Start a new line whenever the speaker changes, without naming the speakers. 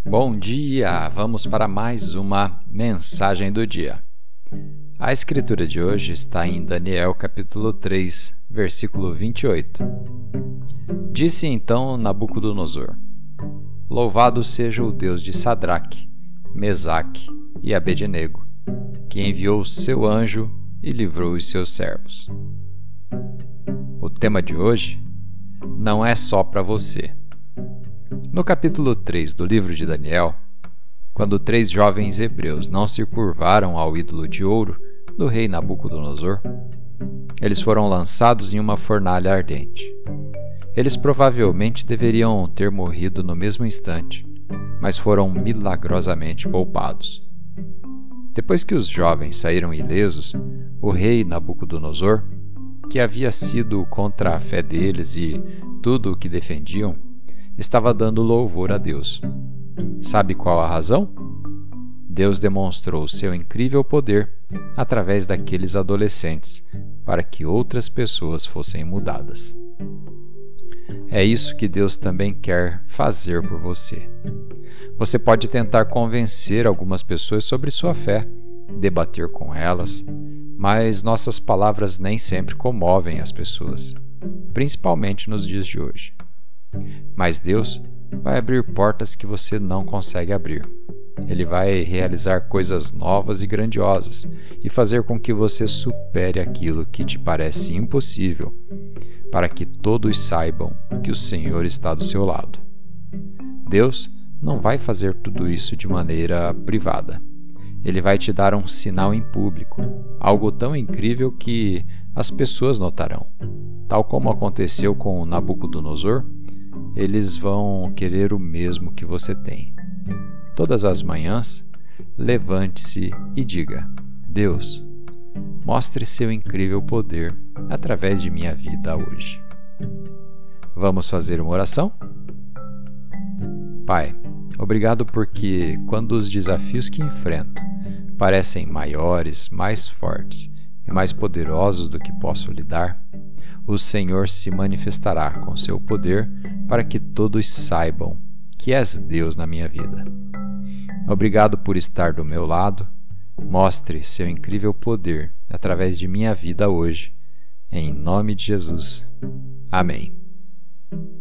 Bom dia! Vamos para mais uma mensagem do dia. A escritura de hoje está em Daniel capítulo 3, versículo 28. Disse então Nabucodonosor: Louvado seja o Deus de Sadraque, Mesaque e Abednego, que enviou seu anjo e livrou os seus servos. O tema de hoje não é só para você. No capítulo 3 do livro de Daniel, quando 3 jovens hebreus não se curvaram ao ídolo de ouro do rei Nabucodonosor, eles foram lançados em uma fornalha ardente. Eles provavelmente deveriam ter morrido no mesmo instante, mas foram milagrosamente poupados. Depois que os jovens saíram ilesos, o rei Nabucodonosor, que havia sido contra a fé deles e tudo o que defendiam, estava dando louvor a Deus. Sabe qual a razão? Deus demonstrou seu incrível poder através daqueles adolescentes para que outras pessoas fossem mudadas. É isso que Deus também quer fazer por você. Você pode tentar convencer algumas pessoas sobre sua fé, debater com elas, mas nossas palavras nem sempre comovem as pessoas, principalmente nos dias de hoje. Mas Deus vai abrir portas que você não consegue abrir. Ele vai realizar coisas novas e grandiosas e fazer com que você supere aquilo que te parece impossível, para que todos saibam que o Senhor está do seu lado. Deus não vai fazer tudo isso de maneira privada. Ele vai te dar um sinal em público, algo tão incrível que as pessoas notarão. Tal como aconteceu com Nabucodonosor, eles vão querer o mesmo que você tem. Todas as manhãs, levante-se e diga: Deus, mostre seu incrível poder através de minha vida hoje. Vamos fazer uma oração? Pai, obrigado porque quando os desafios que enfrento parecem maiores, mais fortes e mais poderosos do que posso lidar, o Senhor se manifestará com seu poder para que todos saibam que és Deus na minha vida. Obrigado por estar do meu lado. Mostre seu incrível poder através de minha vida hoje. Em nome de Jesus. Amém.